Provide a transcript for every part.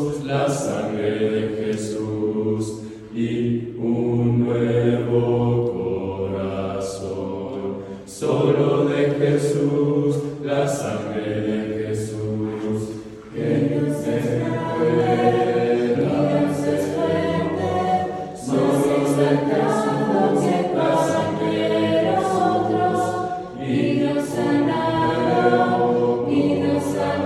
la sangre de Jesús y un nuevo corazón. Solo de Jesús, la sangre de Jesús, que no se pueda desprender. Solo de Jesús, la sangre de nosotros, y nos sanado, mi Dios.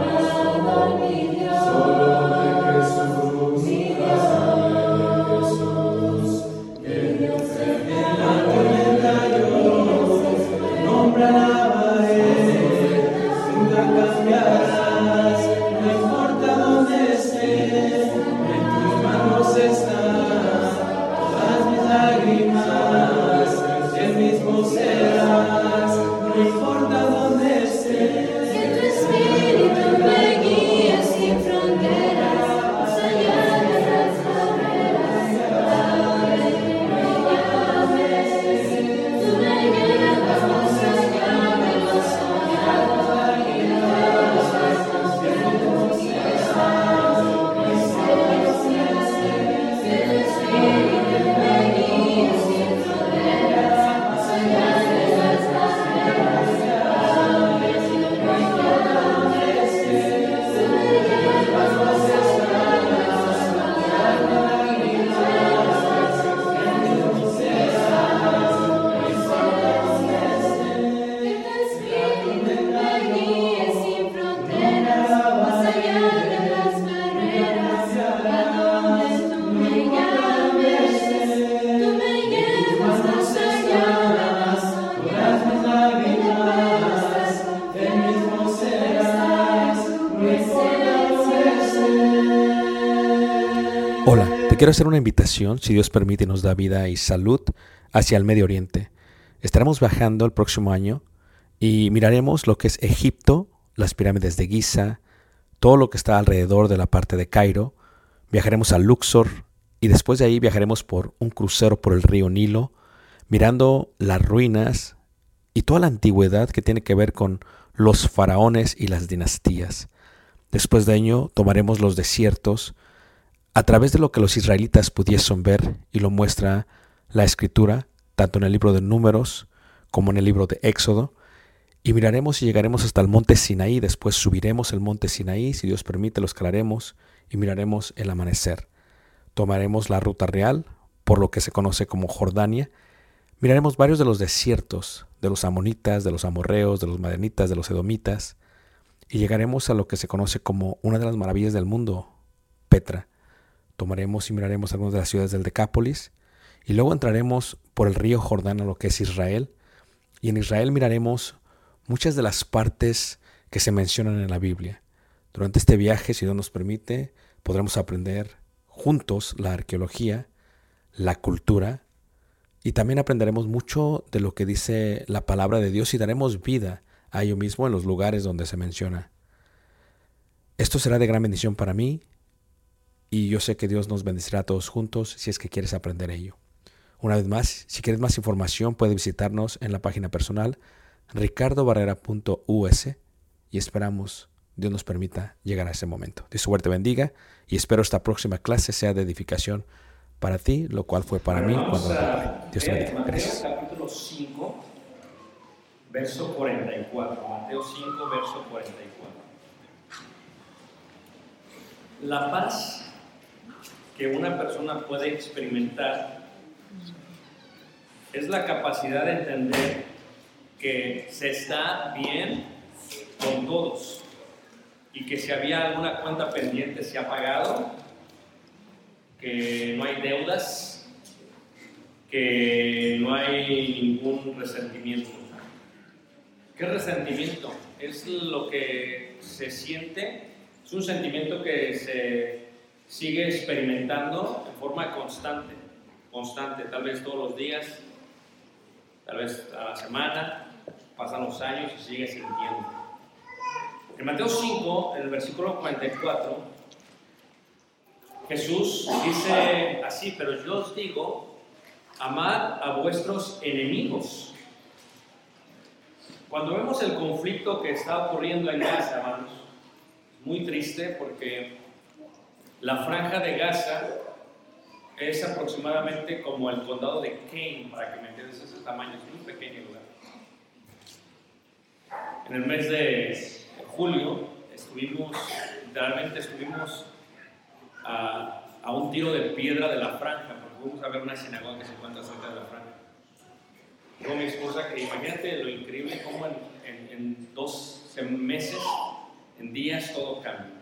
Solo de Jesús, la sangre de Jesús, que Dios en la tormenta yo nombre alabaré, nunca cambiarás, no importa dónde estés, en tus manos están todas mis lágrimas, el mismo serás, no importa dónde estés. Que tu espíritu me guíe sin fronteras, más allá de las barreras, a donde tú me llames. Tú me llevas más allá de lo soñado, y de los pasos que hemos trazado. Que tu espíritu me guíe sin fronteras, más allá de las barreras, a donde tú me llames. Tú me llevas más allá de lo soñado, y de los pasos que hemos trazado. Que tu espíritu me guíe sin fronteras, más allá de las barreras, a donde tú me llames. Tú me llevas más allá de lo soñado, y de los pasos que hemos trazado. Hola, te quiero hacer una invitación, si Dios permite y nos da vida y salud, hacia el Medio Oriente. Estaremos viajando el próximo año y miraremos lo que es Egipto, las pirámides de Giza, todo lo que está alrededor de la parte de Cairo. Viajaremos a Luxor y después de ahí viajaremos por un crucero por el río Nilo, mirando las ruinas y toda la antigüedad que tiene que ver con los faraones y las dinastías. Después de ello tomaremos los desiertos a través de lo que los israelitas pudiesen ver, y lo muestra la Escritura, tanto en el libro de Números como en el libro de Éxodo, y miraremos y llegaremos hasta el monte Sinaí. Después subiremos el monte Sinaí, si Dios permite lo escalaremos y miraremos el amanecer. Tomaremos la ruta real por lo que se conoce como Jordania. Miraremos varios de los desiertos, de los amonitas, de los amorreos, de los madianitas, de los edomitas, y llegaremos a lo que se conoce como una de las maravillas del mundo, Petra. Tomaremos y miraremos algunas de las ciudades del Decápolis, y luego entraremos por el río Jordán a lo que es Israel, y en Israel miraremos muchas de las partes que se mencionan en la Biblia. Durante este viaje, si Dios nos permite, podremos aprender juntos la arqueología, la cultura, y también aprenderemos mucho de lo que dice la palabra de Dios y daremos vida a ello mismo en los lugares donde se menciona. Esto será de gran bendición para mí, y yo sé que Dios nos bendecirá a todos juntos si es que quieres aprender ello. Una vez más, si quieres más información, puedes visitarnos en la página personal ricardobarrera.us, y esperamos Dios nos permita llegar a ese momento. Dios suerte bendiga, y espero esta próxima clase sea de edificación para ti, lo cual fue para mí cuando me preparé. Dios te bendiga. Gracias. Mateo capítulo 5, verso 44. Mateo 5, verso 44. La paz que una persona puede experimentar es la capacidad de entender que se está bien con todos y que si había alguna cuenta pendiente se ha pagado, que no hay deudas, que no hay ningún resentimiento. ¿Qué resentimiento? Es lo que se siente, es un sentimiento que se sigue experimentando en forma constante, tal vez todos los días, tal vez a la semana, pasan los años y sigue sintiendo. En Mateo 5, en el versículo 44, Jesús dice así: pero yo os digo, amad a vuestros enemigos. Cuando vemos el conflicto que está ocurriendo en Gaza, hermanos, es muy triste porque La franja de Gaza es aproximadamente como el condado de Kane, para que me entiendas, ese tamaño, es un pequeño lugar. En el mes de julio literalmente estuvimos a un tiro de piedra de la franja, porque fuimos a ver una sinagoga que se encuentra cerca de la franja. Digo a mi esposa que imagínate lo increíble como en 2 meses, en días, todo cambia.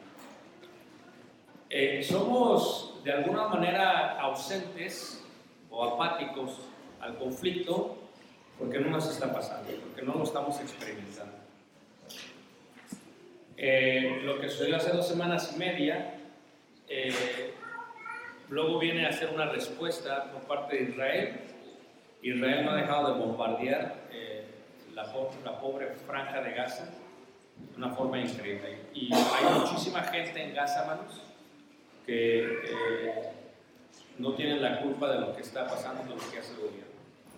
Somos de alguna manera ausentes o apáticos al conflicto porque no nos está pasando, porque no lo estamos experimentando. Lo que sucedió hace 2 semanas y media, luego viene a ser una respuesta por parte de Israel. Israel no ha dejado de bombardear la pobre franja de Gaza de una forma increíble. Y hay muchísima gente en Gaza, hermanos, que no tienen la culpa de lo que está pasando, de lo que hace el gobierno.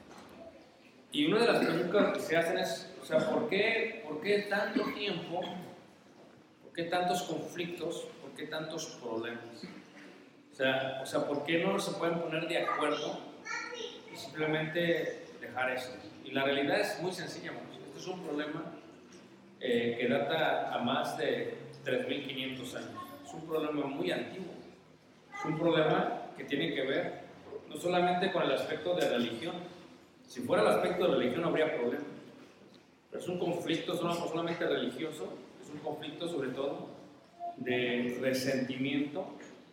Y una de las preguntas que se hacen es, o sea, ¿por qué tanto tiempo? ¿Por qué tantos conflictos? ¿Por qué tantos problemas? O sea, ¿por qué no se pueden poner de acuerdo y simplemente dejar eso? Y la realidad es muy sencilla, hermanos. Este es un problema que data a más de 3.500 años. Es un problema muy antiguo. Es un problema que tiene que ver no solamente con el aspecto de religión. Si fuera el aspecto de religión no habría problema. Pero es un conflicto no solamente religioso, es un conflicto sobre todo de resentimiento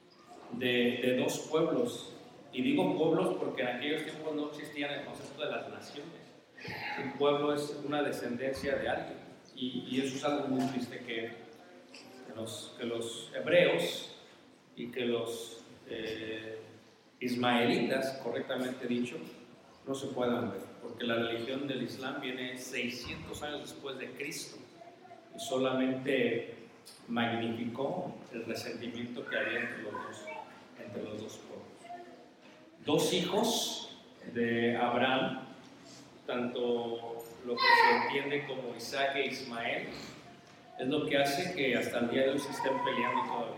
de 2 pueblos. Y digo pueblos porque en aquellos tiempos no existía el concepto de las naciones. Un pueblo es una descendencia de alguien. Y eso es algo muy triste que los hebreos y que los ismaelitas, correctamente dicho, no se puedan ver, porque la religión del Islam viene 600 años después de Cristo y solamente magnificó el resentimiento que había entre los dos pueblos. 2 hijos de Abraham, tanto lo que se entiende como Isaac e Ismael, es lo que hace que hasta el día de hoy se estén peleando todavía.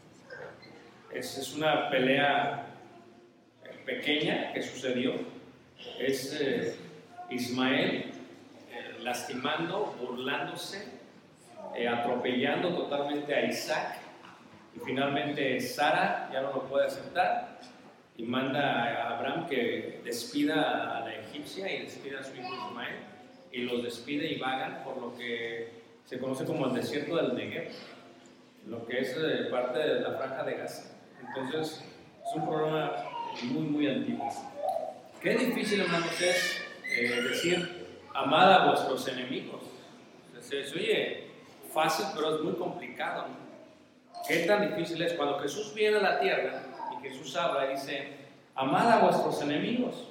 Es una pelea pequeña que sucedió. Es Ismael lastimando, burlándose, atropellando totalmente a Isaac, y finalmente Sara ya no lo puede aceptar y manda a Abraham que despida a la egipcia y despida a su hijo Ismael, y los despide y vagan por lo que se conoce como el desierto del Negev, lo que es parte de la franja de Gaza. Entonces es un problema muy muy antiguo. Qué difícil, hermanos, es decir amad a vuestros enemigos. Se oye fácil, pero es muy complicado, ¿no? Qué tan difícil es cuando Jesús viene a la tierra y Jesús habla y dice: amad a vuestros enemigos,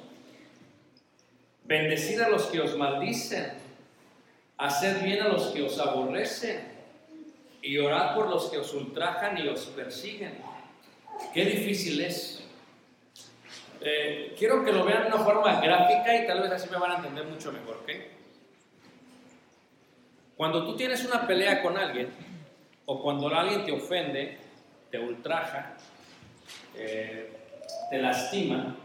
bendecid a los que os maldicen, haced bien a los que os aborrecen y orad por los que os ultrajan y os persiguen. Qué difícil es. Quiero que lo vean de una forma gráfica y tal vez así me van a entender mucho mejor, ¿ok? Cuando tú tienes una pelea con alguien, o cuando alguien te ofende, te ultraja, te lastima,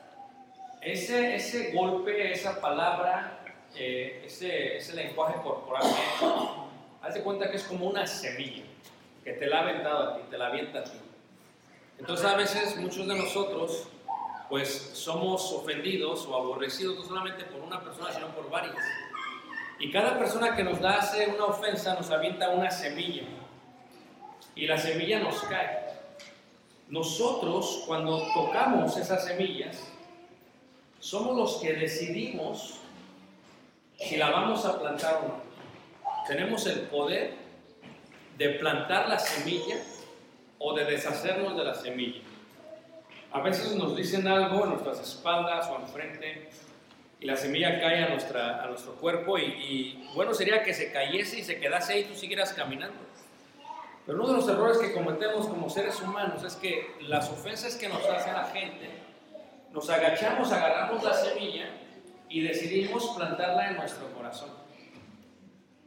ese golpe, esa palabra, ese lenguaje corporal, haz de cuenta que es como una semilla que te la ha aventado a ti, te la avienta a ti. Entonces a veces muchos de nosotros pues somos ofendidos o aborrecidos no solamente por una persona, sino por varias. Y cada persona que nos hace una ofensa nos avienta una semilla. Y la semilla nos cae. Nosotros, cuando tocamos esas semillas, somos los que decidimos si la vamos a plantar o no. Tenemos el poder de plantar la semilla o de deshacernos de la semilla. A veces nos dicen algo en nuestras espaldas o enfrente y la semilla cae a nuestro cuerpo y bueno sería que se cayese y se quedase ahí y tú siguieras caminando. Pero uno de los errores que cometemos como seres humanos es que las ofensas que nos hace la gente, nos agachamos, agarramos la semilla y decidimos plantarla en nuestro corazón.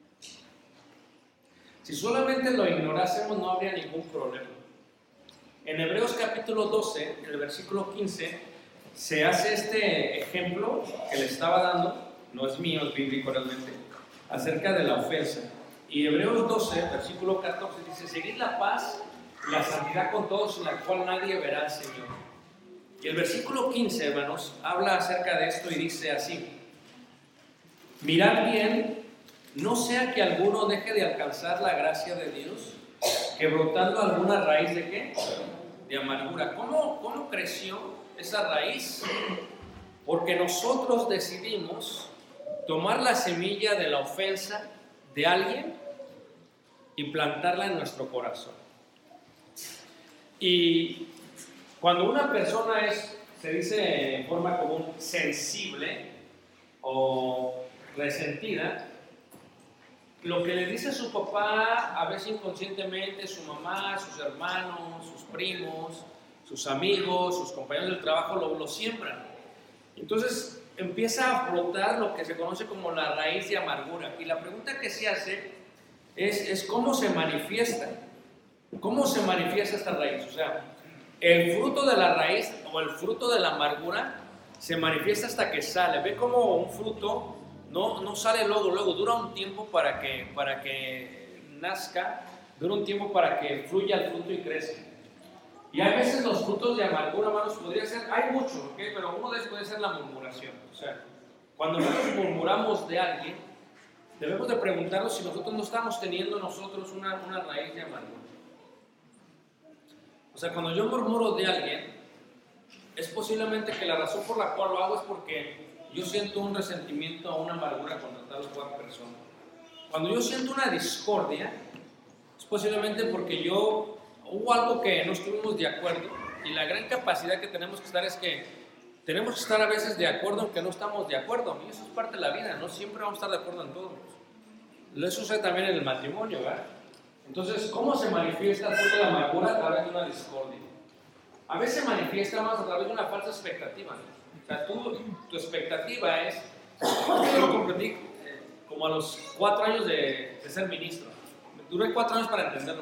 Si solamente lo ignorásemos no habría ningún problema. En Hebreos capítulo 12, en el versículo 15, se hace este ejemplo que le estaba dando, no es mío, es bíblico realmente, acerca de la ofensa. Y Hebreos 12, versículo 14 dice: seguid la paz y la santidad con todos, en la cual nadie verá al Señor. Y el versículo 15, hermanos, habla acerca de esto y dice así: mirad bien, no sea que alguno deje de alcanzar la gracia de Dios, que brotando alguna raíz de ¿qué? De amargura. ¿Cómo creció esa raíz? Porque nosotros decidimos tomar la semilla de la ofensa de alguien y plantarla en nuestro corazón. Y cuando una persona se dice en forma común, sensible o resentida, lo que le dice a su papá, a veces inconscientemente, su mamá, sus hermanos, sus primos, sus amigos, sus compañeros del trabajo, lo siembran. Entonces empieza a brotar lo que se conoce como la raíz de amargura. Y la pregunta que se hace es ¿cómo se manifiesta? ¿Cómo se manifiesta esta raíz? O sea, el fruto de la raíz o el fruto de la amargura se manifiesta hasta que sale. Ve como un fruto no sale luego, dura un tiempo para que nazca, dura un tiempo para que fluya el fruto y crezca. Y a veces los frutos de amargura, hermanos, podría ser, hay muchos, ¿okay? Pero uno de ellos puede ser la murmuración. O sea, cuando nosotros murmuramos de alguien, debemos de preguntarnos si nosotros no estamos teniendo nosotros una raíz de amargura. O sea, cuando yo murmuro de alguien, es posiblemente que la razón por la cual lo hago es porque yo siento un resentimiento o una amargura contra tal o cual persona. Cuando yo siento una discordia, es posiblemente porque hubo algo que no estuvimos de acuerdo, y la gran capacidad que tenemos que estar es que tenemos que estar a veces de acuerdo aunque no estamos de acuerdo. Y eso es parte de la vida, no siempre vamos a estar de acuerdo en todo. Eso sucede también en el matrimonio, ¿verdad? Entonces, ¿cómo se manifiesta el fruto de la amargura? A través de una discordia. A veces se manifiesta más a través de una falsa expectativa. O sea, tu expectativa es... Yo lo comprendí como a los 4 años de ser ministro. Duré 4 años para entenderlo.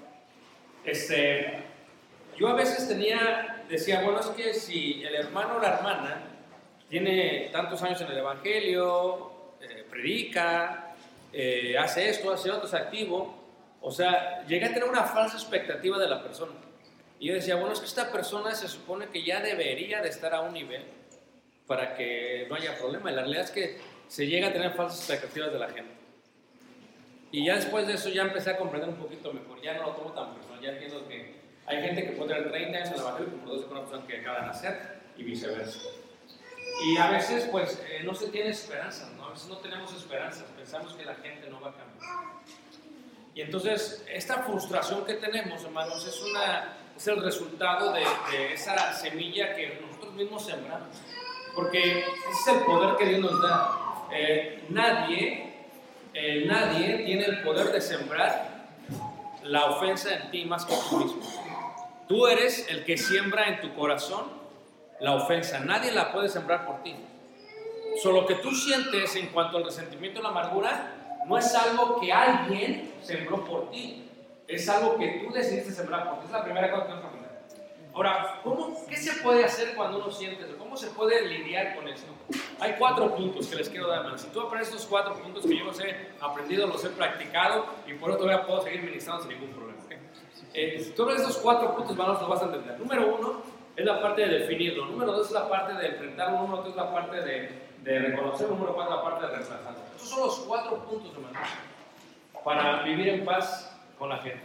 Yo a veces decía, bueno, es que si el hermano o la hermana tiene tantos años en el evangelio, predica, hace esto, hace otro, es activo, o sea, llegué a tener una falsa expectativa de la persona. Y yo decía, bueno, es que esta persona se supone que ya debería de estar a un nivel para que no haya problema. Y la realidad es que se llega a tener falsas expectativas de la gente. Y ya después de eso ya empecé a comprender un poquito mejor. Ya no lo tomo tan personal. Ya entiendo que hay gente que puede tener 30 años en el evangelio y produce con una persona que acaba de nacer y viceversa. Y a veces pues no se tiene esperanza, ¿no? A veces no tenemos esperanzas. Pensamos que la gente no va a cambiar. Y entonces esta frustración que tenemos, hermanos, es el resultado de esa semilla que nosotros mismos sembramos. Porque ese es el poder que Dios nos da. Nadie tiene el poder de sembrar la ofensa en ti más que tú mismo. Tú eres el que siembra en tu corazón la ofensa. Nadie la puede sembrar por ti. Solo que tú sientes en cuanto al resentimiento y la amargura no es algo que alguien sembró por ti. Es algo que tú decidiste sembrar por ti. Es la primera cosa que tenemos que aprender. Ahora, ¿qué se puede hacer cuando uno siente eso? ¿Cómo se puede lidiar con esto? Hay 4 puntos que les quiero dar, hermanos. Si tú aprendes estos 4 puntos que yo los he aprendido, los he practicado y por eso todavía puedo seguir ministrando sin ningún problema. ¿Okay? Si tú aprendes estos 4 puntos, hermanos, lo vas a entender. Número 1 es la parte de definirlo. Número 2 es la parte de enfrentarlo. Número 3 es la parte de reconocerlo. Número 4 es la parte de reemplazarlo. Estos son los 4 puntos, hermanos, para vivir en paz con la gente.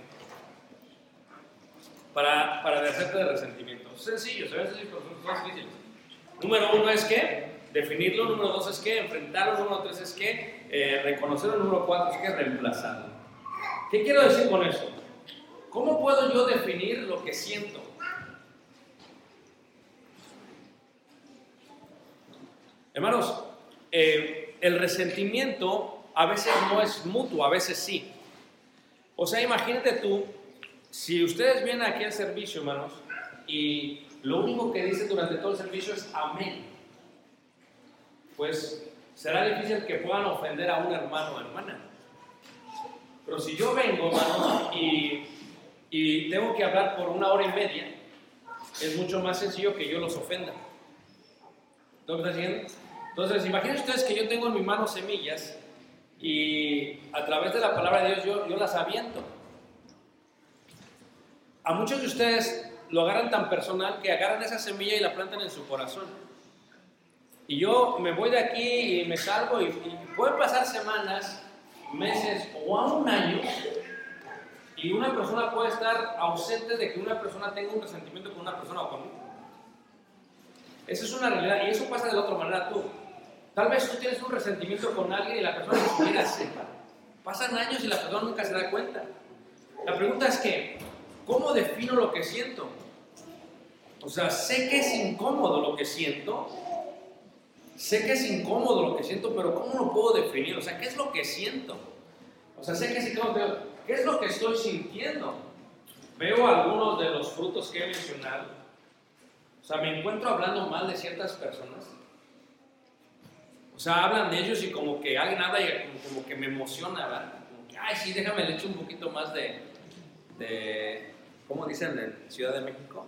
Para deshacerte de resentimiento. Es sencillo, se ve sencillo, pero son difíciles. Número 1 es que definirlo. Número 2 es que enfrentarlo. Número 3 es que reconocerlo. Número 4 es que reemplazarlo. ¿Qué quiero decir con eso? ¿Cómo puedo yo definir lo que siento? Hermanos, el resentimiento a veces no es mutuo, a veces sí. O sea, imagínate tú, si ustedes vienen aquí al servicio, hermanos, y lo único que dicen durante todo el servicio es amén, pues será difícil que puedan ofender a un hermano o hermana. Pero si yo vengo, hermanos, y y tengo que hablar por 1 hora y media, es mucho más sencillo que yo los ofenda. ¿No me estás siguiendo? Entonces, imaginen ustedes que yo tengo en mi mano semillas y a través de la palabra de Dios yo las aviento. A muchos de ustedes lo agarran tan personal que agarran esa semilla y la plantan en su corazón. Y yo me voy de aquí y me salgo y pueden pasar semanas, meses o a un año y una persona puede estar ausente de que una persona tenga un resentimiento con una persona o conmigo. Esa es una realidad y eso pasa de la otra manera tú. Tal vez tú tienes un resentimiento con alguien y la persona ni siquiera sepa. Pasan años y la persona nunca se da cuenta. La pregunta es que, ¿cómo defino lo que siento? O sea, sé que es incómodo lo que siento. Sé que es incómodo lo que siento, pero ¿cómo lo puedo definir? O sea, ¿qué es lo que siento? O sea, sé que es incómodo, pero ¿qué es lo que estoy sintiendo? Veo algunos de los frutos que he mencionado. O sea, me encuentro hablando mal de ciertas personas. O sea, hablan de ellos y como que alguien habla y como que me emociona, ¿verdad? Como que, ay, sí, déjame, le echo un poquito más de ¿cómo dicen en Ciudad de México?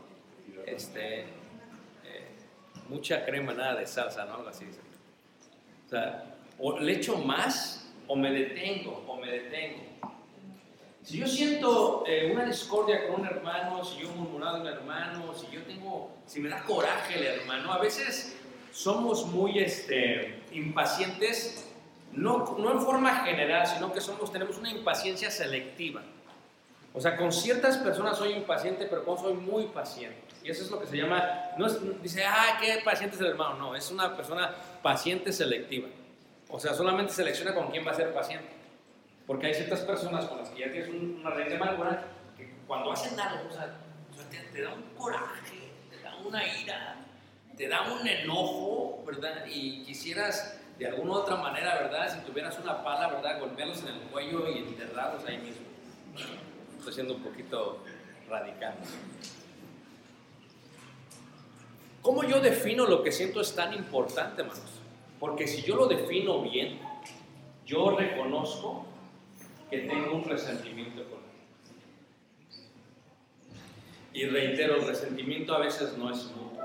Mucha crema, nada de salsa, ¿no? Algo así dicen. O sea, o le echo más o me detengo. Si yo siento una discordia con un hermano, si yo he murmurado a un hermano, si me da coraje el hermano, a veces somos muy impacientes, no en forma general, sino que tenemos una impaciencia selectiva. O sea, con ciertas personas soy impaciente, pero con soy muy paciente. Y eso es lo que se llama, dice, qué paciente es el hermano. No, es una persona paciente selectiva. O sea, solamente selecciona con quién va a ser paciente. Porque hay ciertas personas con las que ya tienes una raíz de amargura, que cuando hacen algo, o sea, te da un coraje, te da una ira, te da un enojo, ¿verdad? Y quisieras de alguna u otra manera, ¿verdad? Si tuvieras una pala, ¿verdad? Golpearlos en el cuello y enterrarlos ahí mismo. Estoy siendo un poquito radical. ¿Cómo yo defino lo que siento es tan importante, hermanos? Porque si yo lo defino bien, yo reconozco que tengo un resentimiento con él. Y reitero, el resentimiento a veces no es mutuo.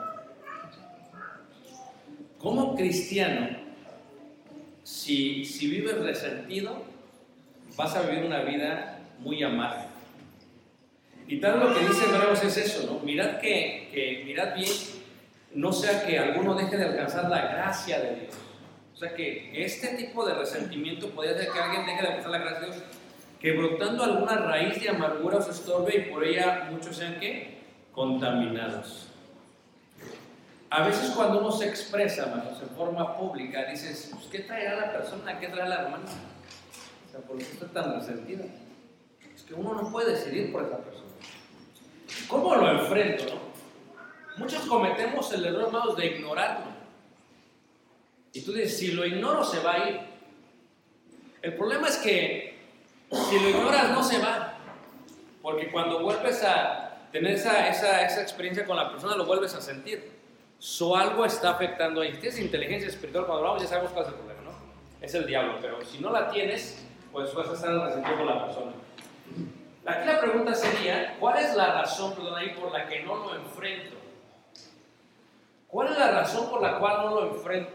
Como cristiano, si vives resentido, vas a vivir una vida muy amarga. Y tal lo que dice Hebreos es eso, ¿no? Mirad bien, no sea que alguno deje de alcanzar la gracia de Dios. O sea que este tipo de resentimiento podría hacer que alguien deje de alcanzar la gracia de Dios, que brotando alguna raíz de amargura os estorbe y por ella muchos sean ¿qué? Contaminados. A veces cuando uno se expresa, hermanos, en forma pública, dices, pues, ¿qué traerá la persona? ¿Qué traerá la hermana? O sea, ¿por qué está tan resentida? Es que uno no puede decidir por esa persona. ¿Cómo lo enfrento, no? Muchos cometemos el error, hermanos, de ignorarlo. Y tú dices, si lo ignoro se va a ir. El problema es que si lo ignoras no se va. Porque cuando vuelves a tener esa experiencia con la persona, lo vuelves a sentir. Algo está afectando ahí. Si tienes inteligencia espiritual, cuando hablamos ya sabemos cuál es el problema, ¿no? Es el diablo, pero si no la tienes, pues vas a estar resentido con la persona. Aquí la pregunta sería, ¿cuál es la razón, por la que no lo enfrento? ¿Cuál es la razón por la cual no lo enfrento?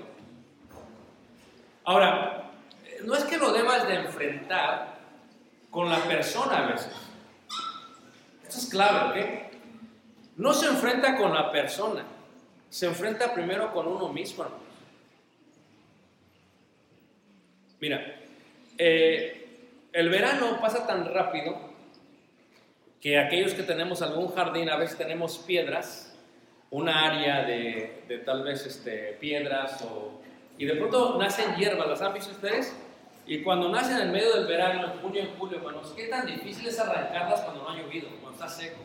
Ahora, no es que lo debas de enfrentar con la persona a veces. Esto es clave, ¿ok? No se enfrenta con la persona, se enfrenta primero con uno mismo, hermanos. Mira, el verano pasa tan rápido que aquellos que tenemos algún jardín, a veces tenemos piedras, una área de tal vez piedras, y de pronto nacen hierbas, ¿las han visto ustedes? Y cuando nacen en medio del verano, en junio, en julio, hermanos, ¿qué tan difícil es arrancarlas cuando no ha llovido, cuando está seco?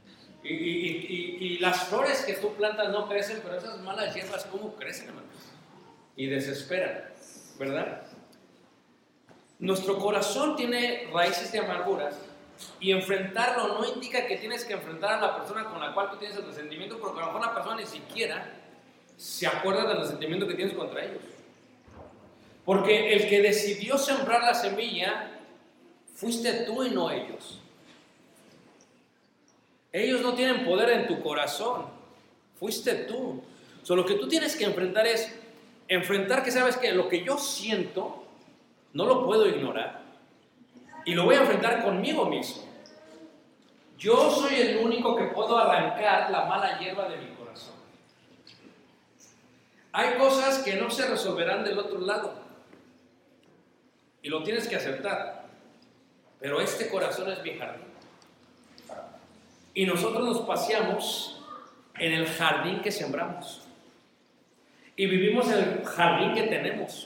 Y las flores que tú plantas no crecen, pero esas malas hierbas, ¿cómo crecen, hermanos? Y desesperan, ¿verdad? Nuestro corazón tiene raíces de amarguras y enfrentarlo no indica que tienes que enfrentar a la persona con la cual tú tienes el resentimiento, porque a lo mejor la persona ni siquiera se acuerda del resentimiento que tienes contra ellos. Porque el que decidió sembrar la semilla fuiste tú y no ellos. Ellos no tienen poder en tu corazón. Fuiste tú. Lo que tú tienes que enfrentar es enfrentar que sabes que lo que yo siento no lo puedo ignorar y lo voy a enfrentar conmigo mismo. Yo soy el único que puedo arrancar la mala hierba de mi corazón. Hay cosas que no se resolverán del otro lado y lo tienes que aceptar, pero este corazón es mi jardín y nosotros nos paseamos en el jardín que sembramos y vivimos el jardín que tenemos.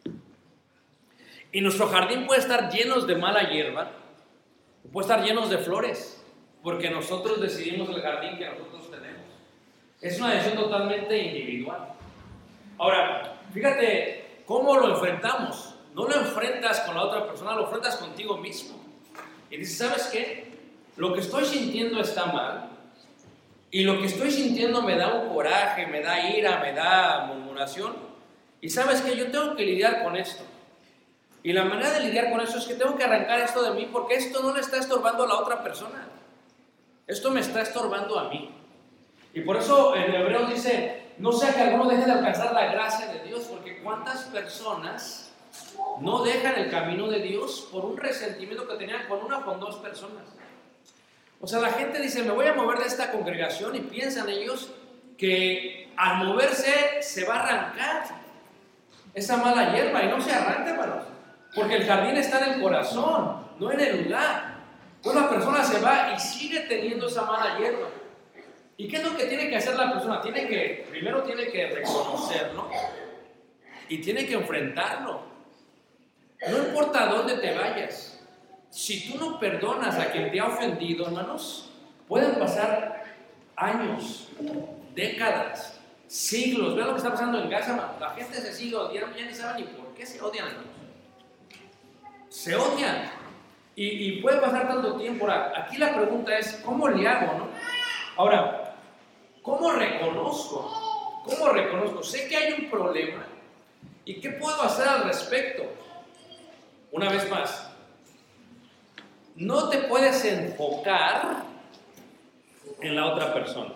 Y nuestro jardín puede estar lleno de mala hierba, puede estar lleno de flores, porque nosotros decidimos el jardín que nosotros tenemos. Es una decisión totalmente individual. Ahora, fíjate cómo lo enfrentamos. No lo enfrentas con la otra persona, lo enfrentas contigo mismo. Y dices, ¿sabes qué? Lo que estoy sintiendo está mal. Y lo que estoy sintiendo me da un coraje, me da ira, me da murmuración. Y ¿sabes qué? Yo tengo que lidiar con esto. Y la manera de lidiar con eso es que tengo que arrancar esto de mí porque esto no le está estorbando a la otra persona. Esto me está estorbando a mí. Y por eso el Hebreo dice, no sea que alguno deje de alcanzar la gracia de Dios, porque cuántas personas no dejan el camino de Dios por un resentimiento que tenían con una o con dos personas. O sea, la gente dice, me voy a mover de esta congregación y piensan ellos que al moverse se va a arrancar esa mala hierba y no se arranca, hermanos. Porque el jardín está en el corazón, no en el lugar. Una persona se va y sigue teniendo esa mala hierba. ¿Y qué es lo que tiene que hacer la persona? Primero tiene que reconocerlo y tiene que enfrentarlo. No importa a dónde te vayas. Si tú no perdonas a quien te ha ofendido, hermanos, pueden pasar años, décadas, siglos. Vean lo que está pasando en Gaza, hermanos. La gente se sigue odiando, ya ni saben ni por qué se odian, hermanos. Se odian. Y puede pasar tanto tiempo. Ahora, aquí la pregunta es, ¿cómo le hago, no? Ahora, ¿cómo reconozco? ¿Cómo reconozco? Sé que hay un problema. ¿Y qué puedo hacer al respecto? Una vez más, no te puedes enfocar en la otra persona.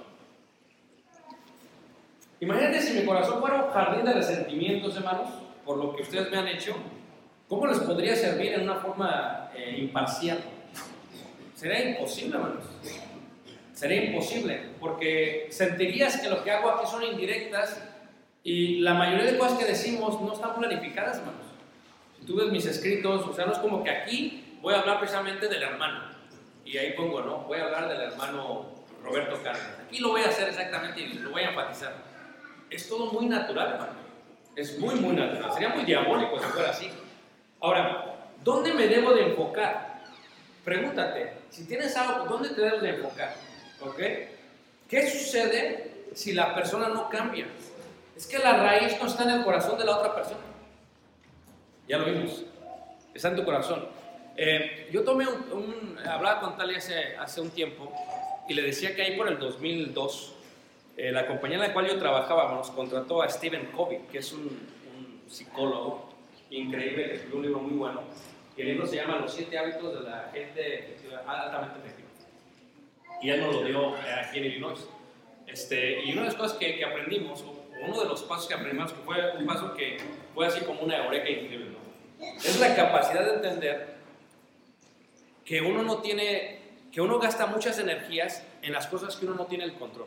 Imagínate si mi corazón fuera un jardín de resentimientos, hermanos, por lo que ustedes me han hecho. ¿Cómo les podría servir en una forma imparcial? Sería imposible, hermanos. Sería imposible, porque sentirías que lo que hago aquí son indirectas y la mayoría de cosas que decimos no están planificadas, hermanos. Si tú ves mis escritos, o sea, no es como que aquí voy a hablar precisamente del hermano y ahí pongo, no, voy a hablar del hermano Roberto Cárdenas. Aquí lo voy a hacer exactamente y lo voy a enfatizar. Es todo muy natural, hermano. Es muy, muy natural. Sería muy diabólico si fuera así. Ahora, ¿dónde me debo de enfocar? Pregúntate, si tienes algo, ¿dónde te debes de enfocar? ¿Ok? ¿Qué sucede si la persona no cambia? Es que la raíz no está en el corazón de la otra persona. Ya lo vimos. Está en tu corazón. Yo tomé hablaba con Talia hace un tiempo y le decía que ahí por el 2002, la compañía en la cual yo trabajaba nos contrató a Stephen Covey, que es un psicólogo increíble, que escribió un libro muy bueno, y el libro se llama Los 7 hábitos de la gente altamente efectiva. Y él nos lo dio aquí en Illinois. Y una de las cosas que aprendimos, uno de los pasos que aprendimos, que fue un paso que fue así como una eureka increíble, ¿no? Es la capacidad de entender que uno gasta muchas energías en las cosas que uno no tiene el control.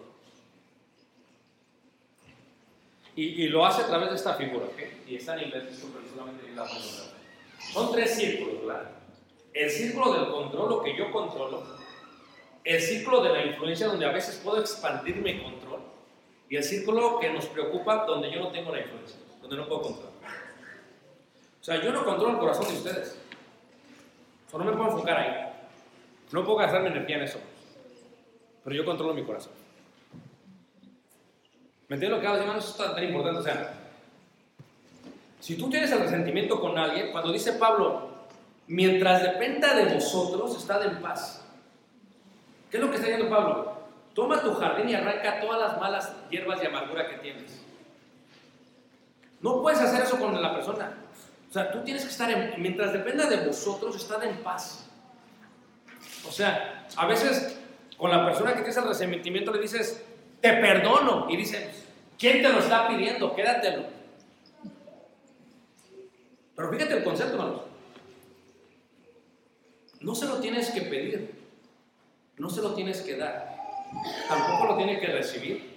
Y lo hace a través de esta figura, ¿ok? Y está en inglés, solamente la pongo. Son 3 círculos, ¿verdad? El círculo del control, lo que yo controlo. El círculo de la influencia, donde a veces puedo expandir mi control. Y el círculo que nos preocupa, donde yo no tengo la influencia, donde no puedo controlar. O sea, yo no controlo el corazón de ustedes. O sea, no me puedo enfocar ahí. No puedo gastar mi energía en eso. Pero yo controlo mi corazón. ¿Me entiendes lo que hago, hermanos? Eso es tan importante. O sea, si tú tienes el resentimiento con alguien, cuando dice Pablo, mientras dependa de vosotros, estad en paz. ¿Qué es lo que está diciendo Pablo? Toma tu jardín y arranca todas las malas hierbas de amargura que tienes. No puedes hacer eso con la persona. O sea, tú tienes que estar mientras dependa de vosotros, estad en paz. O sea, a veces Con la persona que tienes el resentimiento le dices, te perdono. Y dices, ¿quién te lo está pidiendo? Quédatelo. Pero fíjate el concepto, hermanos. No se lo tienes que pedir. No se lo tienes que dar. Tampoco lo tienes que recibir.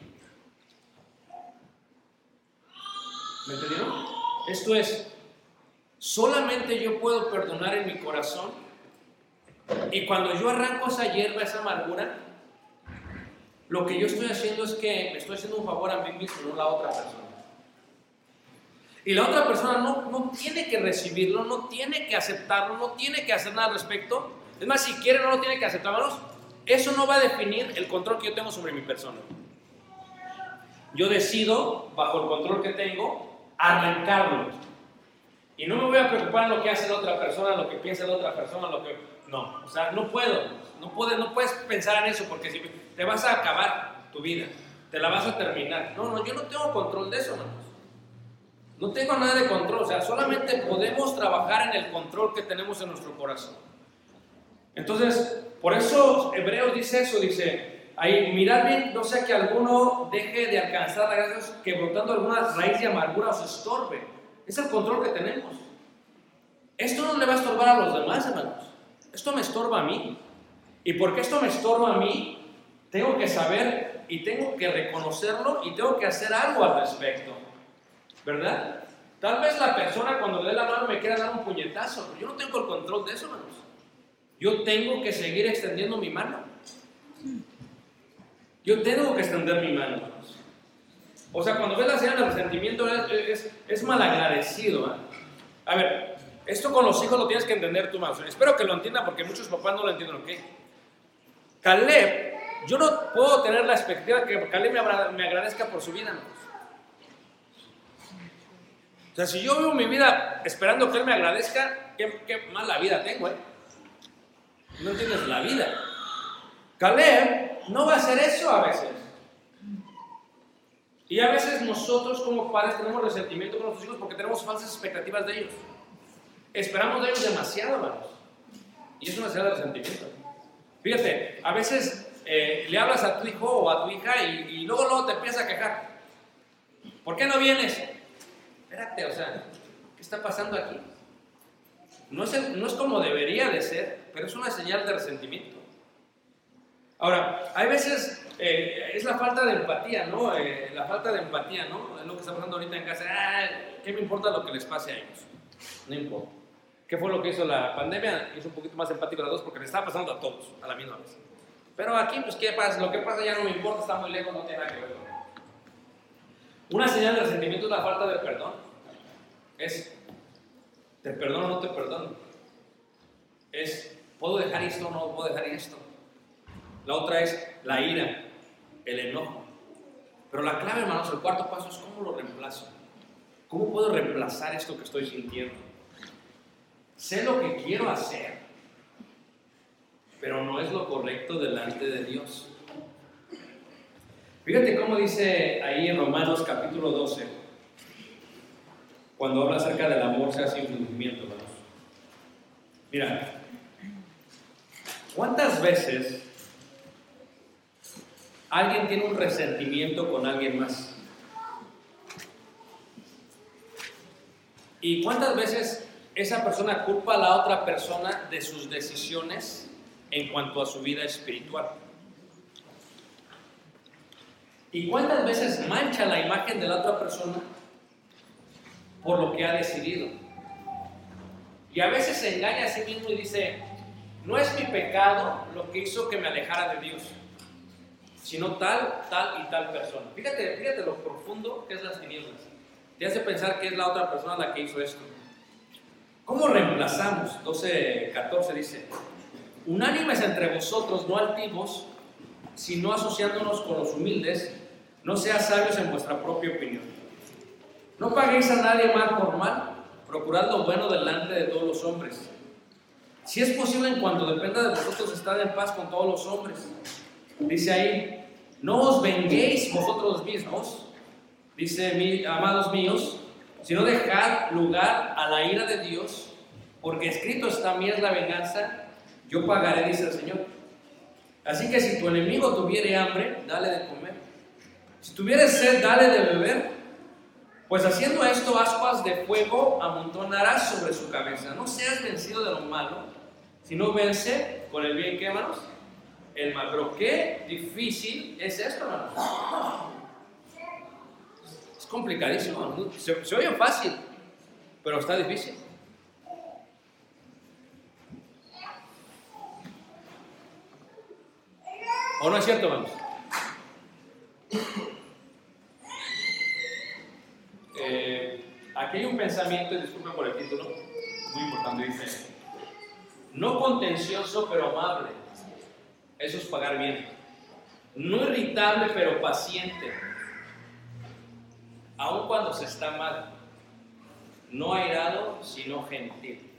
¿Me entendieron? Esto es, solamente yo puedo perdonar en mi corazón, y cuando yo arranco esa hierba, esa amargura, lo que yo estoy haciendo es que me estoy haciendo un favor a mí mismo, no a la otra persona. Y la otra persona no tiene que recibirlo, no tiene que aceptarlo, no tiene que hacer nada al respecto. Es más, si quiere no lo tiene que aceptar, hermanos. Eso no va a definir el control que yo tengo sobre mi persona. Yo decido, bajo el control que tengo, arrancarlo. Y no me voy a preocupar en lo que hace la otra persona, lo que piensa la otra persona, no, o sea, no puedes pensar en eso, porque si te vas a acabar tu vida, te la vas a terminar. No, yo no tengo control de eso, hermanos. No tengo nada de control, o sea, solamente podemos trabajar en el control que tenemos en nuestro corazón. Entonces, por eso Hebreos dice eso, dice, ahí, mirad bien, no sea que alguno deje de alcanzar la gracia de Dios, que brotando alguna raíz de amargura os estorbe. Es el control que tenemos. Esto no le va a estorbar a los demás, hermanos. Esto me estorba a mí. Y porque esto me estorba a mí, tengo que saber y tengo que reconocerlo y tengo que hacer algo al respecto. ¿Verdad? Tal vez la persona cuando le dé la mano me quiera dar un puñetazo, pero yo no tengo el control de eso, hermanos. Yo tengo que seguir extendiendo mi mano. Yo tengo que extender mi mano, hermanos. O sea, cuando ves la señal del resentimiento es malagradecido, ¿eh? A ver, esto con los hijos lo tienes que entender tú, hermanos. Espero que lo entiendan porque muchos papás no lo entienden, ¿ok? Caleb, yo no puedo tener la expectativa que Caleb me agradezca por su vida, hermanos. O sea, si yo vivo mi vida esperando que él me agradezca, qué mala vida tengo, ¿eh? No tienes la vida. Caleb no va a hacer eso a veces. Y a veces nosotros como padres tenemos resentimiento con nuestros hijos porque tenemos falsas expectativas de ellos. Esperamos de ellos demasiado, hermanos. Y es una señal de resentimiento. Fíjate, a veces le hablas a tu hijo o a tu hija y luego te empieza a quejar. ¿Por qué no vienes? Espérate, o sea, ¿qué está pasando aquí? No es como debería de ser, pero es una señal de resentimiento. Ahora, hay veces es la falta de empatía, ¿no? La falta de empatía, ¿no? Es lo que está pasando ahorita en casa. ¿Qué me importa lo que les pase a ellos? No importa. ¿Qué fue lo que hizo la pandemia? Hizo un poquito más empático a los dos porque le estaba pasando a todos a la misma vez. Pero aquí, pues, ¿qué pasa? Lo que pasa ya no me importa, está muy lejos, no tiene nada que ver con eso. Una señal de resentimiento es la falta de perdón. Es, ¿te perdono o no te perdono? Es, ¿puedo dejar esto o no puedo dejar esto? La otra es la ira, el enojo. Pero la clave, hermanos, el cuarto paso es ¿cómo lo reemplazo? ¿Cómo puedo reemplazar esto que estoy sintiendo? Sé lo que quiero hacer, pero no es lo correcto delante de Dios. Fíjate cómo dice ahí en Romanos capítulo 12, cuando habla acerca del amor sea sin fingimiento, hermanos. Mira, ¿cuántas veces alguien tiene un resentimiento con alguien más? ¿Y cuántas veces esa persona culpa a la otra persona de sus decisiones en cuanto a su vida espiritual? ¿Y cuántas veces mancha la imagen de la otra persona por lo que ha decidido? Y a veces se engaña a sí mismo y dice, no es mi pecado lo que hizo que me alejara de Dios, sino tal y tal persona. Fíjate lo profundo que es las tinieblas. Te hace pensar que es la otra persona la que hizo esto. ¿Cómo reemplazamos? 12:14 dice, unánimes entre vosotros, no altivos, sino asociándonos con los humildes, no seas sabios en vuestra propia opinión. No paguéis a nadie mal por mal, procurad lo bueno delante de todos los hombres. Si es posible, en cuanto dependa de vosotros, estad en paz con todos los hombres. Dice ahí, no os venguéis vosotros mismos, dice, amados míos, sino dejad lugar a la ira de Dios, porque escrito está, mía es la venganza, yo pagaré, dice el Señor. Así que si tu enemigo tuviere hambre, dale de comer. Si tuviere sed, dale de beber. Pues haciendo esto, ascuas de fuego amontonarás sobre su cabeza. No seas vencido de lo malo, sino vence con el bien, ¿qué, hermanos? El mal. Pero qué difícil es esto, hermanos. Es complicadísimo, hermanos. Se oye fácil, pero está difícil. ¿O no es cierto, hermanos? Aquí hay un pensamiento, y disculpen por el título, muy importante, dice: no contencioso pero amable, eso es pagar bien. No irritable pero paciente, aun cuando se está mal. No airado sino gentil.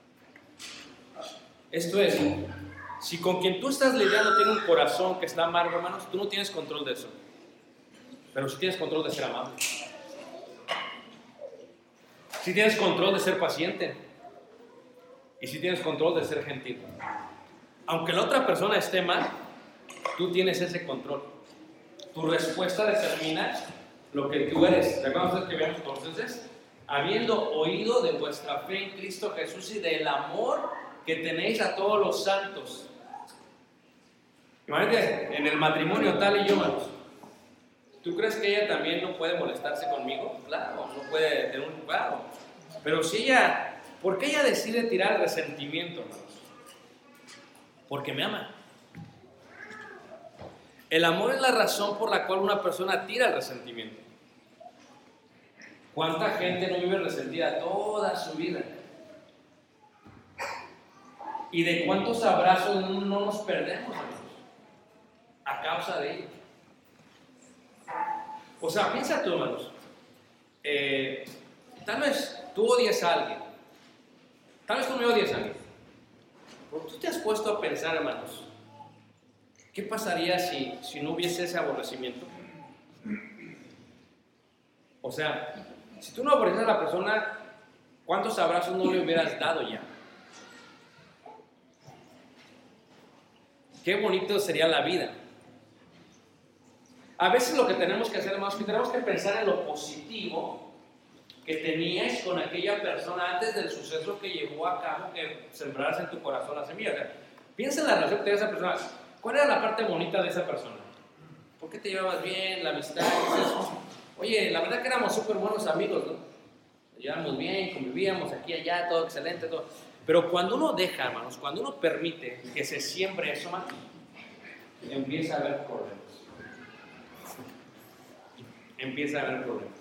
Esto es, si con quien tú estás lidiando tiene un corazón que está amargo, hermanos, tú no tienes control de eso, pero sí tienes control de ser amable. Si tienes control de ser paciente y si tienes control de ser gentil. Aunque la otra persona esté mal, tú tienes ese control. Tu respuesta determina lo que tú eres. ¿Recuerdan ustedes que veamos entonces? Habiendo oído de vuestra fe en Cristo Jesús y del amor que tenéis a todos los santos. Imagínate, en el matrimonio tal y yo, hermanos. ¿Tú crees que ella también no puede molestarse conmigo? Claro, no puede tener un... Claro. Pero si ella... ¿Por qué ella decide tirar el resentimiento, hermanos? Porque me ama. El amor es la razón por la cual una persona tira el resentimiento. ¿Cuánta gente no vive resentida toda su vida? ¿Y de cuántos abrazos no nos perdemos, hermanos? A causa de ello. O sea, piensa tú, hermanos. Tal vez tú odias a alguien. Tal vez tú me odias a alguien. Pero tú te has puesto a pensar, hermanos, ¿qué pasaría si no hubiese ese aborrecimiento? O sea, si tú no aborreces a la persona, ¿cuántos abrazos no le hubieras dado ya? Qué bonito sería la vida. A veces lo que tenemos que hacer, hermanos, es que tenemos que pensar en lo positivo que tenías con aquella persona antes del suceso que llevó a cabo que sembraras en tu corazón la semilla. O sea, piensa en la relación que tenía esa persona. ¿Cuál era la parte bonita de esa persona? ¿Por qué te llevabas bien? La amistad. Dices, oye, la verdad que éramos súper buenos amigos, ¿no? Nos llevábamos bien, convivíamos aquí, allá, todo excelente, todo. Pero cuando uno deja, hermanos, cuando uno permite que se siembre eso, hermanos, empieza a haber problemas. Empieza a haber problemas.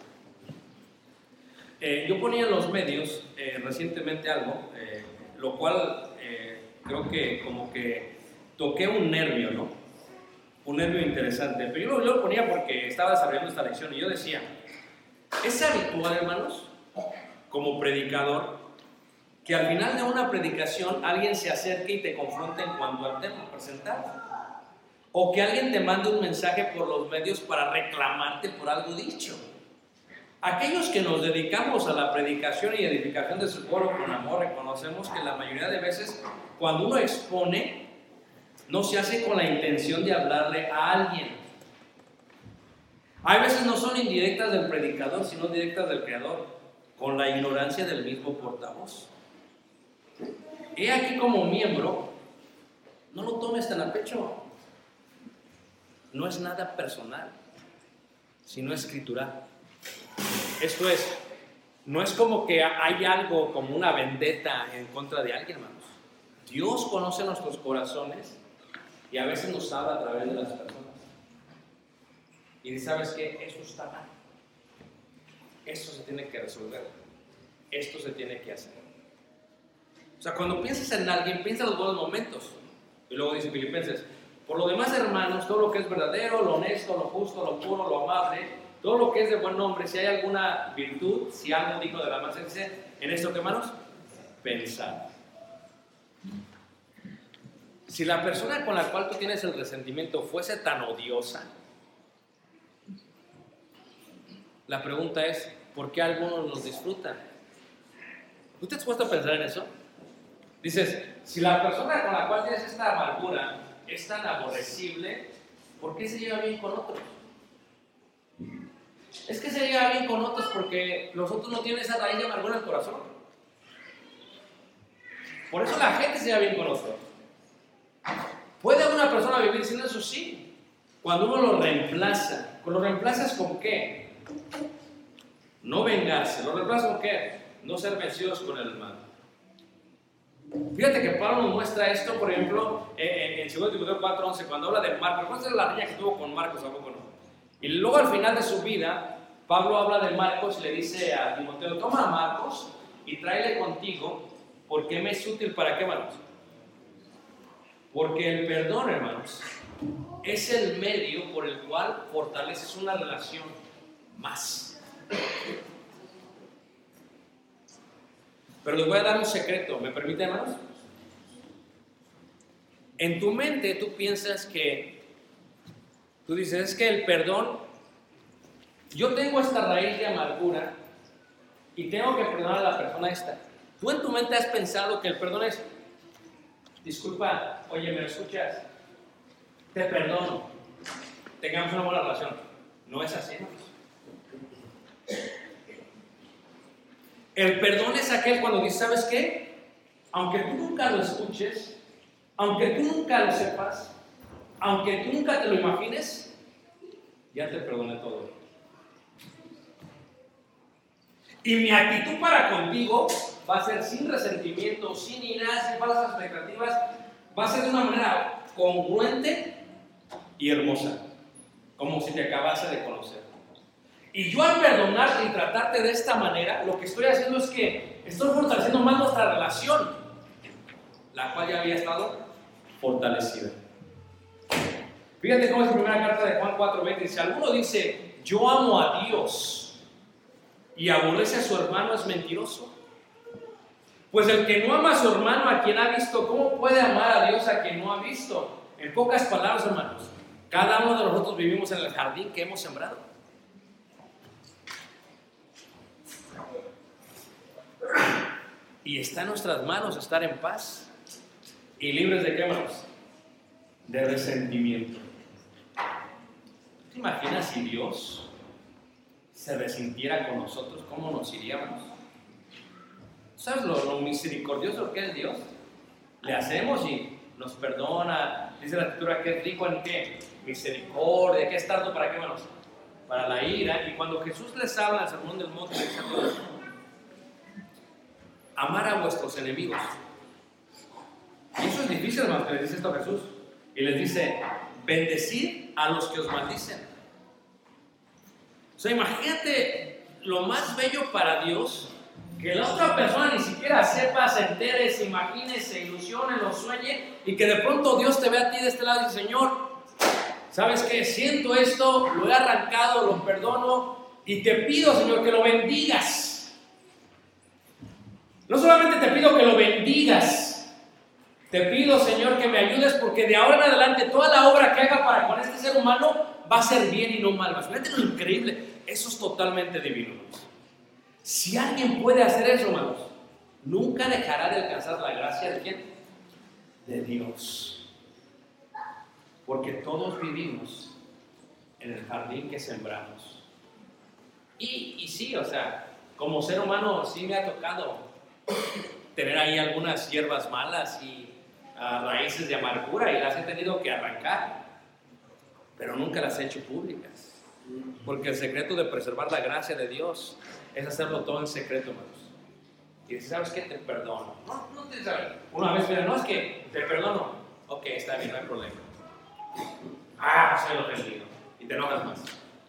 Yo ponía en los medios recientemente algo, lo cual creo que como que toqué un nervio, ¿no? Un nervio interesante. Pero yo lo ponía porque estaba desarrollando esta lección y yo decía, es habitual, hermanos, como predicador, que al final de una predicación alguien se acerque y te confronte en cuanto al tema presentado. O que alguien te mande un mensaje por los medios para reclamarte por algo dicho. Aquellos que nos dedicamos a la predicación y edificación de su pueblo con amor, reconocemos que la mayoría de veces cuando uno expone, no se hace con la intención de hablarle a alguien. Hay veces no son indirectas del predicador, sino directas del Creador, con la ignorancia del mismo portavoz. He aquí como miembro, no lo tomes tan a pecho. No es nada personal, sino escritural. Esto es, no es como que hay algo como una vendetta en contra de alguien, hermanos. Dios conoce nuestros corazones y a veces nos habla a través de las personas. Y dice, ¿sabes qué? Eso está mal. Esto se tiene que resolver. Esto se tiene que hacer. O sea, cuando piensas en alguien, piensa en los buenos momentos. Y luego dice Filipenses, por lo demás, hermanos, todo lo que es verdadero, lo honesto, lo justo, lo puro, lo amable, todo lo que es de buen nombre, si hay alguna virtud, si algo digno de la alabanza, dice, en esto, ¿qué, hermanos? Pensad. Si la persona con la cual tú tienes el resentimiento fuese tan odiosa, la pregunta es, ¿por qué algunos nos disfrutan? ¿Tú te has puesto a pensar en eso? Dices, si la persona con la cual tienes esta amargura es tan aborrecible, ¿por qué se lleva bien con otros? Es que se lleva bien con otros porque los otros no tienen esa raíz de amargura en el corazón. Por eso la gente se lleva bien con otros. ¿Puede una persona vivir sin eso? Sí. Cuando uno lo reemplaza. ¿Lo reemplazas con qué? No vengarse. ¿Lo reemplazas con qué? No ser vencidos con el mal. Fíjate que Pablo nos muestra esto, por ejemplo, en 2 Timoteo 4:11, cuando habla de Marcos. ¿Cuál es la niña que estuvo con Marcos? ¿A poco no? Y luego al final de su vida, Pablo habla de Marcos y le dice a Timoteo: toma a Marcos y tráele contigo, porque me es útil para qué, hermanos. Porque el perdón, hermanos, es el medio por el cual fortaleces una relación más. Pero les voy a dar un secreto, ¿me permite, hermanos? En tu mente tú piensas que, tú dices, es que el perdón, yo tengo esta raíz de amargura y tengo que perdonar a la persona esta. Tú en tu mente has pensado que el perdón es, disculpa, oye, ¿me escuchas? Te perdono, tengamos una buena relación. No es así, hermanos. El perdón es aquel cuando dices, ¿sabes qué? Aunque tú nunca lo escuches, aunque tú nunca lo sepas, aunque tú nunca te lo imagines, ya te perdoné todo. Y mi actitud para contigo va a ser sin resentimiento, sin ira, sin falsas expectativas, va a ser de una manera congruente y hermosa, como si te acabase de conocer. Y yo al perdonarte y tratarte de esta manera, lo que estoy haciendo es que estoy fortaleciendo más nuestra relación, la cual ya había estado fortalecida. Fíjate cómo es la primera carta de Juan 4:20. Si alguno dice, yo amo a Dios y aborrece a su hermano, es mentiroso. Pues el que no ama a su hermano, a quien ha visto, ¿cómo puede amar a Dios a quien no ha visto? En pocas palabras, hermanos, cada uno de nosotros vivimos en el jardín que hemos sembrado. Y está en nuestras manos estar en paz y libres de qué, hermanos? De resentimiento. ¿Te imaginas si Dios se resintiera con nosotros? ¿Cómo nos iríamos? ¿Sabes lo misericordioso que es Dios? Le hacemos y nos perdona. Dice la Escritura que es rico en qué? Misericordia. ¿Qué es tanto para qué, hermanos? Para la ira. Y cuando Jesús les habla en el Sermón del Monte, les dice a todos: amar a vuestros enemigos. Y eso es difícil, hermanos, que les dice esto a Jesús. Y les dice: bendecid a los que os maldicen. O sea, imagínate lo más bello para Dios, que la otra persona ni siquiera sepa, se entere, se imagine, se ilusione, lo sueñe, y que de pronto Dios te ve a ti de este lado y dice: Señor, ¿sabes qué? Siento esto, lo he arrancado, lo perdono, y te pido, Señor, que lo bendigas. No solamente te pido que lo bendigas, te pido, Señor, que me ayudes, porque de ahora en adelante toda la obra que haga para con este ser humano va a ser bien y no mal. Fíjate lo increíble, eso es totalmente divino. Si alguien puede hacer eso, hermanos, nunca dejará de alcanzar la gracia de ¿quién? De Dios. Porque todos vivimos en el jardín que sembramos. Y sí, o sea, como ser humano sí me ha tocado tener ahí algunas hierbas malas y raíces de amargura, y las he tenido que arrancar, pero nunca las he hecho públicas, porque el secreto de preservar la gracia de Dios es hacerlo todo en secreto, hermanos. Y dices: ¿sabes qué? Te perdono. No te sabes. Una vez me no, es que te perdono. Ok, está bien, no hay problema. Soy el ofendido. Y te enojas más.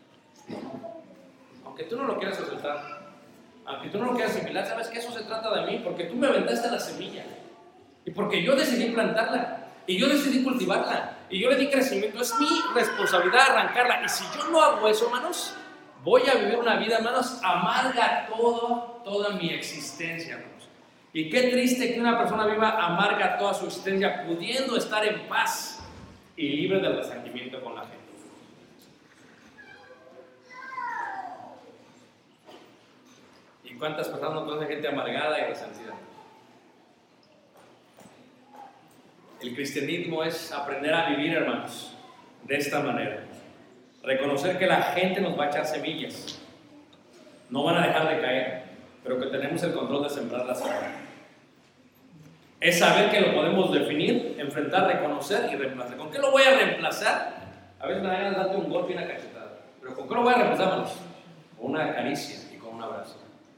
Aunque tú no lo quieras aceptar, aunque tú no lo quieras asimilar, ¿sabes qué? Eso se trata de mí, porque tú me aventaste la semilla. Y porque yo decidí plantarla. Y yo decidí cultivarla. Y yo le di crecimiento. Es mi responsabilidad arrancarla. Y si yo no hago eso, hermanos, voy a vivir una vida, hermanos, amarga toda mi existencia, hermanos. Y qué triste que una persona viva amarga toda su existencia, pudiendo estar en paz y libre del resentimiento con la gente. ¿Y cuántas personas no conocen gente amargada y resentida? El cristianismo es aprender a vivir, hermanos, de esta manera. Reconocer que la gente nos va a echar semillas. No van a dejar de caer, pero que tenemos el control de sembrarlas ahora. Es saber que lo podemos definir, enfrentar, reconocer y reemplazar. ¿Con qué lo voy a reemplazar? A veces me dan darte un golpe y una cachetada. Pero ¿con qué lo voy a reemplazar, hermanos? Con una caricia y con un abrazo.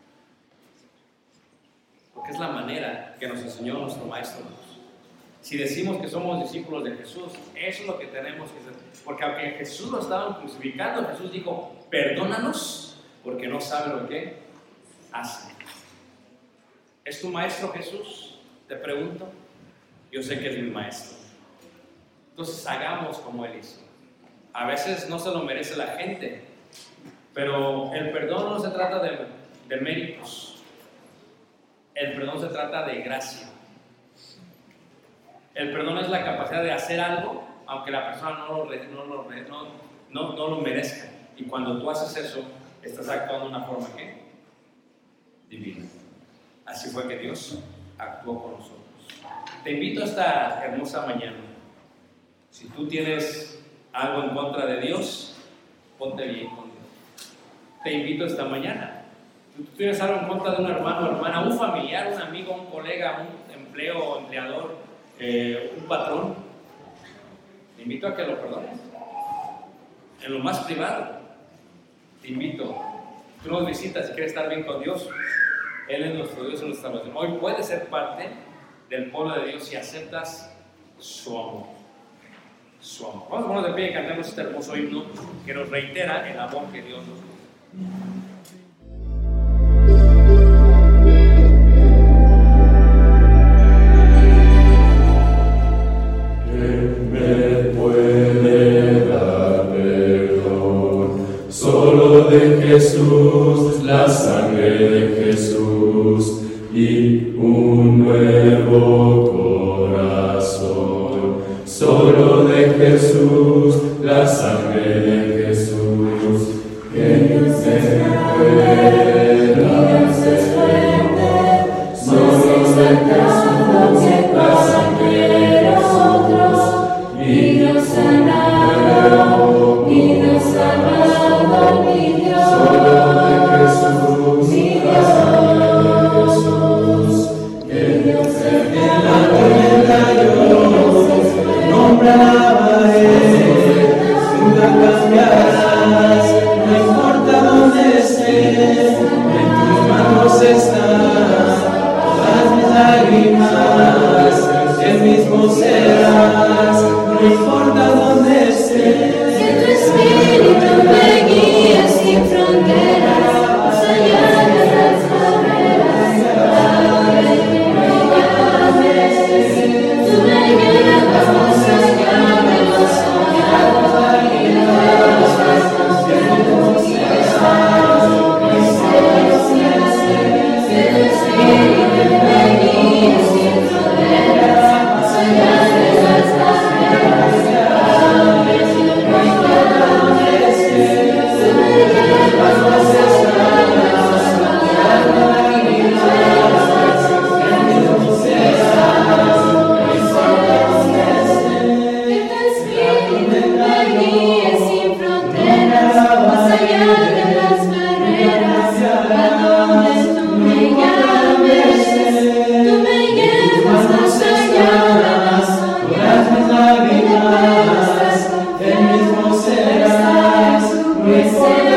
Porque es la manera que nos enseñó nuestro Maestro. Si decimos que somos discípulos de Jesús, eso es lo que tenemos que hacer. Porque aunque Jesús lo estaban crucificando, Jesús dijo, perdónanos porque no saben lo que hacen. ¿Es tu Maestro Jesús? Te pregunto. Yo sé que es mi Maestro. Entonces hagamos como Él hizo. A veces no se lo merece la gente, pero el perdón no se trata de méritos. El perdón se trata de gracia. El perdón es la capacidad de hacer algo, aunque la persona no lo merezca. Y cuando tú haces eso, estás actuando de una forma ¿qué? Divina. Así fue que Dios actuó con nosotros. Te invito a esta hermosa mañana. Si tú tienes algo en contra de Dios, ponte bien con Dios. Te invito esta mañana. Si tú tienes algo en contra de un hermano o hermana, un familiar, un amigo, un colega, un empleador, un patrón, te invito a que lo perdones. En lo más privado, te invito. Tú nos visitas si quieres estar bien con Dios. Él es nuestro Dios, es nuestra salvación. Hoy puedes ser parte del pueblo de Dios si aceptas su amor. Su amor. Vamos a ponernos de pie y cantemos este hermoso himno que nos reitera el amor que Dios nos da. Jesús, la sangre de Jesús y un nuevo corazón. Solo de Jesús, la sangre de Jesús, que Dios es fuerte, Dios es fuerte. Solo de Jesús, la sangre de nosotros, y nos sanado, y nos sanado, mi Dios. Solo de Jesús, mi Dios, que Dios es en la tormenta yo, nombre alabaré, nunca cambiarás, no importa dónde estés, en tus manos están todas mis lágrimas, el mismo serás, no importa dónde estés. Que tu espíritu me guíe sin fronteras, más allá de las barreras, ahora y que me llames. Tú me llevas más allá de lo soñado y de los pasos que tú quieras. Que tu espíritu me guíe sin fronteras, más allá de las barreras, ahora y que me llames. Tú me llevas más allá de lo soñado y de los pasos que tú quieras. Que tu espíritu me guíe sin fronteras, más allá de las barreras, a donde tú me llames. Tú me llevas más allá de lo soñado y de los pasos que tú quieras.